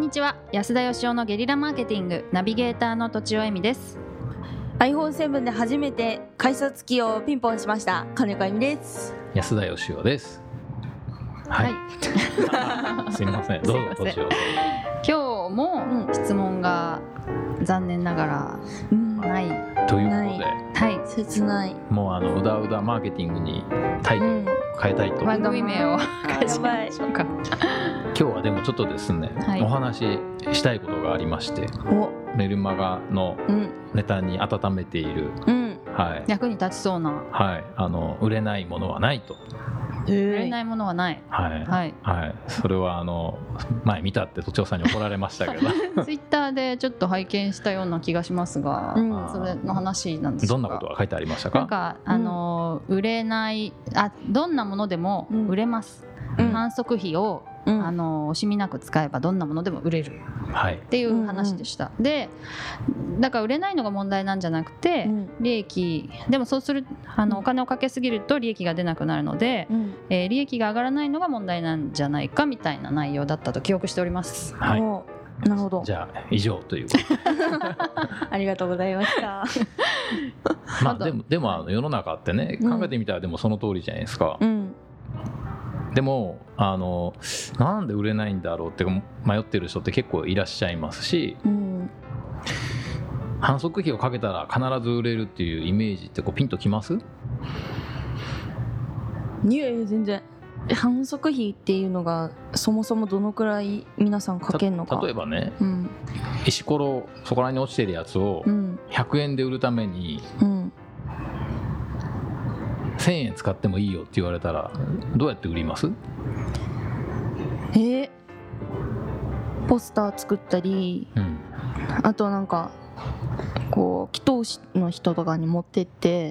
にちは、安田義雄のゲリラマーケティングナビゲーターのとちおえみです。 iPhone7 で初めて改札機をピンポンしました金子あゆみです。 安田義雄です。はい、すいません、どうぞどうしよう。 今日も質問が残念ながらない、 ということで、 はい、 切ない。 もううだうだマーケティングにタイトルを変えたいと、 番組名を変えましょうか。 今日はでもちょっとですね、 はい、 お話ししたいことがありまして、メルマガのネタに温めている、はい、 役に立ちそうな、 はい、売れないものはないと。 売れないものはない、 はいはいはい、それは前見たって都庁さんに怒られましたけどツイッターでちょっと拝見したような気がしますが、それの話なんですか。 どんなことが書いてありましたか。 なんか売れない、どんなものでも売れます、反則費を惜しみなく使えばどんなものでも売れるっていう話でした、でだから売れないのが問題なんじゃなくて、利益でもそうするお金をかけすぎると利益が出なくなるので、利益が上がらないのが問題なんじゃないかみたいな内容だったと記憶しております。 はい、 なるほど。 じゃあ以上ということありがとうございましたでも世の中ってね、考えてみたらでもその通りじゃないですか、でもなんで売れないんだろうって迷ってる人って結構いらっしゃいますし、反則費をかけたら必ず売れるっていうイメージってピンときます？ いやいや全然。反則費っていうのがそもそもどのくらい皆さんかけるのか。 例えばね、石ころそこらに落ちてるやつを100円で売るために、1000円使ってもいいよって言われたらどうやって売ります？ ポスター作ったり、あとなんかこう祈祷師の人とかに持ってって、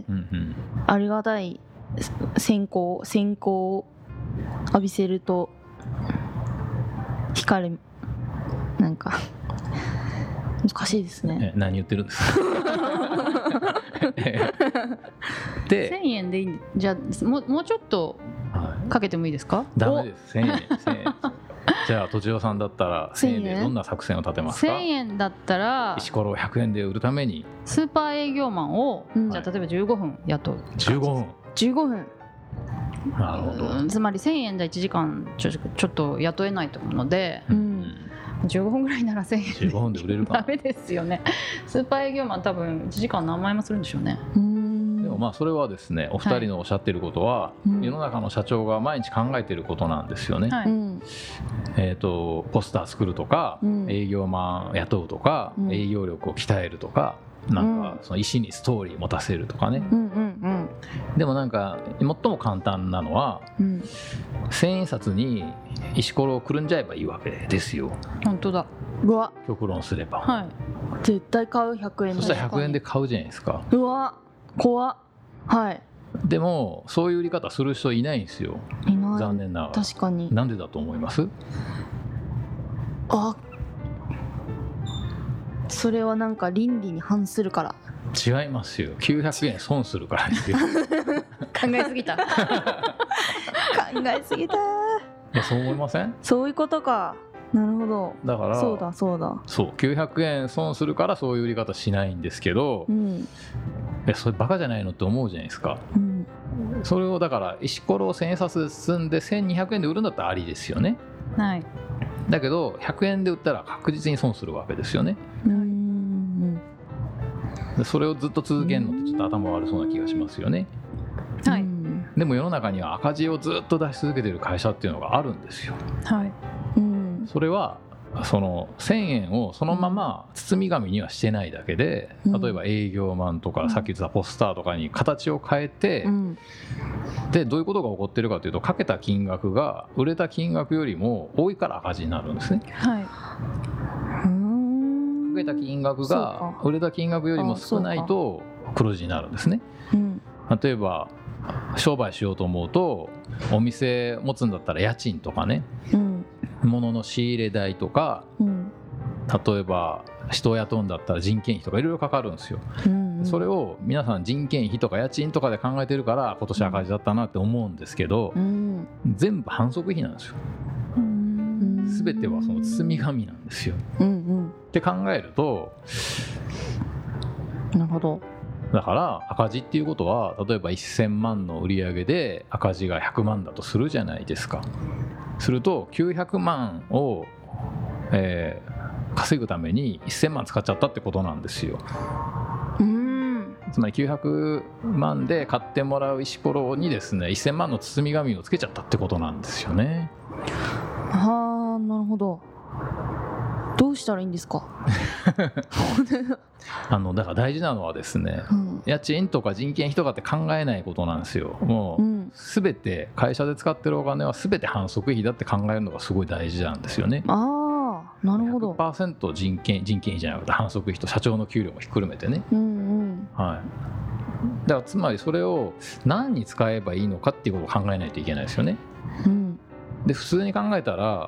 ありがたい線香を浴びせると光る、なんか難しいですね。 何言ってるんですかで 1000円でいい。じゃあもうちょっとかけてもいいですか？ ダメです。1000円じゃあとちおさんだったら1000円でどんな作戦を立てますか？ 1000円だったら石ころを100円で売るためにスーパー営業マンを、じゃあ例えば15分雇う。 15分。 なるほど。 つまり1000円で1時間ちょっと雇えないと思うので、15分ぐらいなら1000円で 15分で売れるかな。 ダメですよね。スーパー営業マン多分1時間何万円もするんでしょうね。 でもそれはですね、お二人のおっしゃってることは、世の中の社長が毎日考えてることなんですよね、ポスター作るとか、営業マン雇うとか、営業力を鍛えるとか、なんかその意思にストーリー持たせるとかね、でもなんか最も簡単なのは、千円札に石ころをくるんじゃえばいいわけですよ。 本当だ。 うわ、 極論すれば、 絶対買う。100円。 そしたら100円で買うじゃないですか。 うわ怖っ。 でもそういう売り方する人いないんですよ。 いない。 残念ながら。 確かに。 なんでだと思います？ それはなんか倫理に反するから。 違いますよ。900円損するからですよ。 考えすぎた。 そう思いません？ そういうことか。なるほど。 だからそう 900円損するからそういう売り方しないんですけど、それバカじゃないのって思うじゃないですか、それをだから石ころを1000円札で積んで1200円で売るんだったらありですよね。だけど100円で売ったら確実に損するわけですよね。でそれをずっと続けるのってちょっと頭悪そうな気がしますよね。でも世の中には赤字をずっと出し続けている会社っていうのがあるんですよ。それはその1000円をそのまま包み紙にはしてないだけで、例えば営業マンとかさっき言ったポスターとかに形を変えて、でどういうことが起こってるかというと、かけた金額が売れた金額よりも多いから赤字になるんですね。かけた金額が売れた金額よりも少ないと黒字になるんですね。例えば商売しようと思うと、お店持つんだったら家賃とかね、物の仕入れ代とか、例えば人を雇うんだったら人件費とかいろいろかかるんですよ、それを皆さん人件費とか家賃とかで考えてるから今年赤字だったなって思うんですけど、全部反則費なんですよ。 全てはその包み紙なんですよ、って考えると、 なるほど。 だから赤字っていうことは、例えば1000万の売り上げで赤字が100万だとするじゃないですか。すると900万を、稼ぐために1000万使っちゃったってことなんですよ。つまり900万で買ってもらう石ころにですね、1000万の包み紙をつけちゃったってことなんですよね。 はあ、なるほど。どうしたらいいんですか？ だから大事なのはですね、家賃とか人件費とかって考えないことなんですよ。もう全て会社で使ってるお金は全て反則費だって考えるのがすごい大事なんですよね。 ああ、なるほど。 100% 人件費じゃなくて反則費と社長の給料もひっくるめてね、はい、だからつまりそれを何に使えばいいのかっていうことを考えないといけないですよね。で普通に考えたら、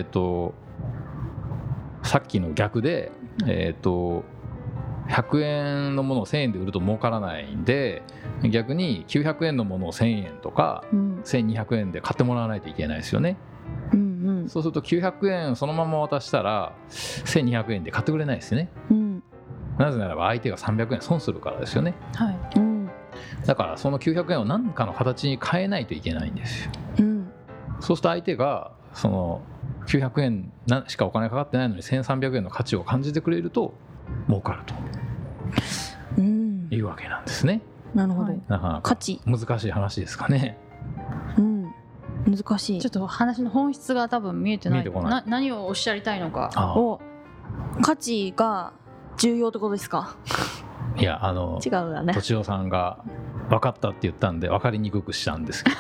さっきの逆で、100円のものを1000円で売ると儲からないんで、逆に900円のものを1000円とか、1200円で買ってもらわないといけないですよね。そうすると900円そのまま渡したら1200円で買ってくれないですよね、なぜならば相手が300円損するからですよね、だからその900円を何かの形に変えないといけないんですよ、そうすると相手がその900円しかお金かかってないのに1300円の価値を感じてくれると儲かるというわけなんですね。 なるほど。 なかなか価値難しい話ですかね。 難しい。 ちょっと話の本質が多分見えてない。何をおっしゃりたいのか。 価値が重要ってことですか？ いや違うわね。 とちおさんが分かったって言ったんで分かりにくくしたんですけど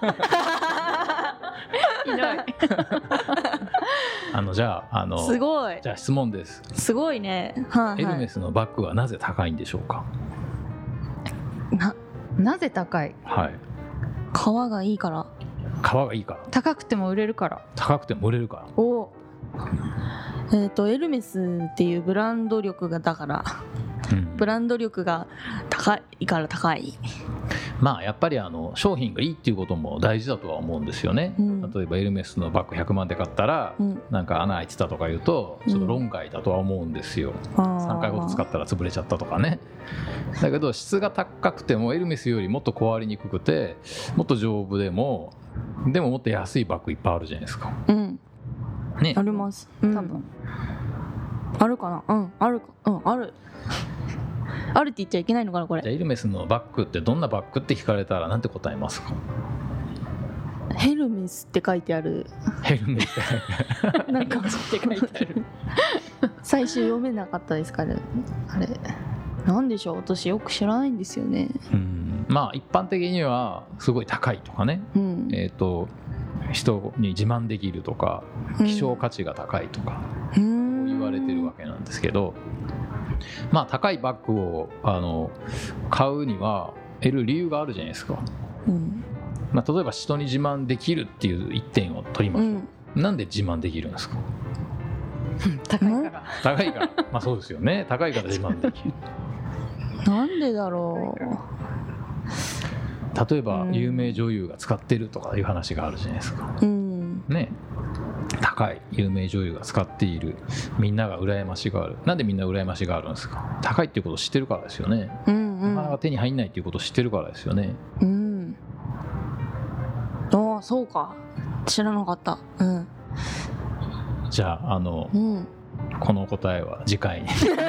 ひどいじゃあすごい。 じゃあ質問です。 すごいね、 エルメスのバッグはなぜ高いんでしょうか？ なぜ高い？ はい、 革がいいから。 革がいいから。 高くても売れるから。 高くても売れるから。 エルメスっていうブランド力がだから、ブランド力が高いから高い。 まあやっぱり商品がいいっていうことも大事だとは思うんですよね、例えばエルメスのバッグ100万で買ったら、なんか穴開いてたとか言うとちょっと論外だとは思うんですよ、3回ほど使ったら潰れちゃったとかね。だけど質が高くてもエルメスよりもっと壊れにくくてもっと丈夫でももっと安いバッグいっぱいあるじゃないですか、 ね、あります、多分あるかな。あるあるあるって言っちゃいけないのかなこれ。 じゃあエルメスのバッグってどんなバッグって聞かれたらなんて答えますか？ ヘルメスって書いてある。 ヘルメスなんかって書いてある最初読めなかったですかね。あれなんでしょう、私よく知らないんですよね。 まあ一般的にはすごい高いとかね、人に自慢できるとか希少価値が高いとか、こう言われてるわけなんですけど、まあ高いバッグを買うには得る理由があるじゃないですか、まあ、例えば人に自慢できるっていう一点を取りましょう、なんで自慢できるんですか？ 高いから。 高いからまあそうですよね、高いから自慢できるなんでだろう。 例えば有名女優が使ってるとかいう話があるじゃないですか、ね、高い有名女優が使っている、みんなが羨ましがる。なんでみんな羨ましがるんですか？高いっていうことを知ってるからですよね、なかなか手に入んないっていうことを知ってるからですよね。 ああそうか、知らなかった。 じゃあこの答えは次回に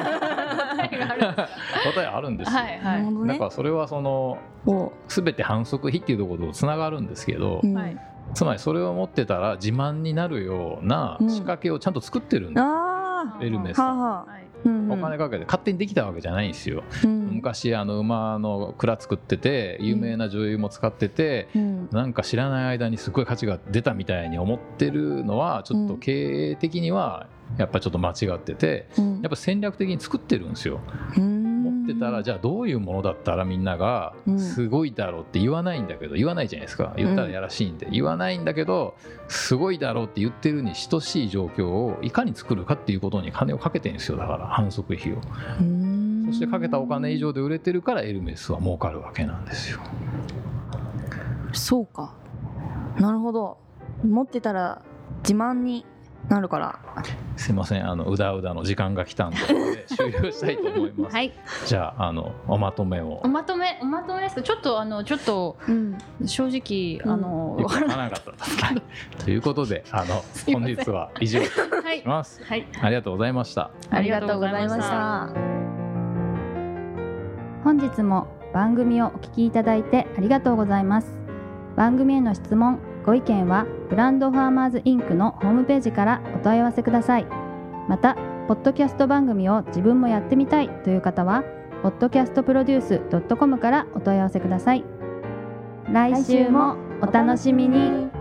答えあるんですよ、だからそれはその全て反則費っていうところとつながるんですけど、つまりそれを持ってたら自慢になるような仕掛けをちゃんと作ってるんです、エルメスさん、お金かけて勝手にできたわけじゃないんですよ、昔馬の蔵作ってて有名な女優も使ってて、なんか知らない間にすごい価値が出たみたいに思ってるのはちょっと経営的にはやっぱりちょっと間違ってて、やっぱ戦略的に作ってるんですよ。持ってたらじゃあどういうものだったらみんながすごいだろうって言わないんだけど、言わないじゃないですか、言ったらやらしいんで言わないんだけど、すごいだろうって言ってるに等しい状況をいかに作るかっていうことに金をかけてるんですよ。だから反則費を、そしてかけたお金以上で売れてるからエルメスは儲かるわけなんですよ。 そうか、なるほど。持ってたら自慢になるから。 すいません、うだうだの時間が来たんで終了したいと思います。はい、じゃあおまとめを。 おまとめですか。ちょっと正直分からなかったですけどということで本日は以上とします。はい、ありがとうございました。 ありがとうございました。 本日も番組をお聞きいただいてありがとうございます。番組への質問ご意見はブランドファーマーズインクのホームページからお問い合わせください。またポッドキャスト番組を自分もやってみたいという方は podcastproduce.com からお問い合わせください。来週もお楽しみに。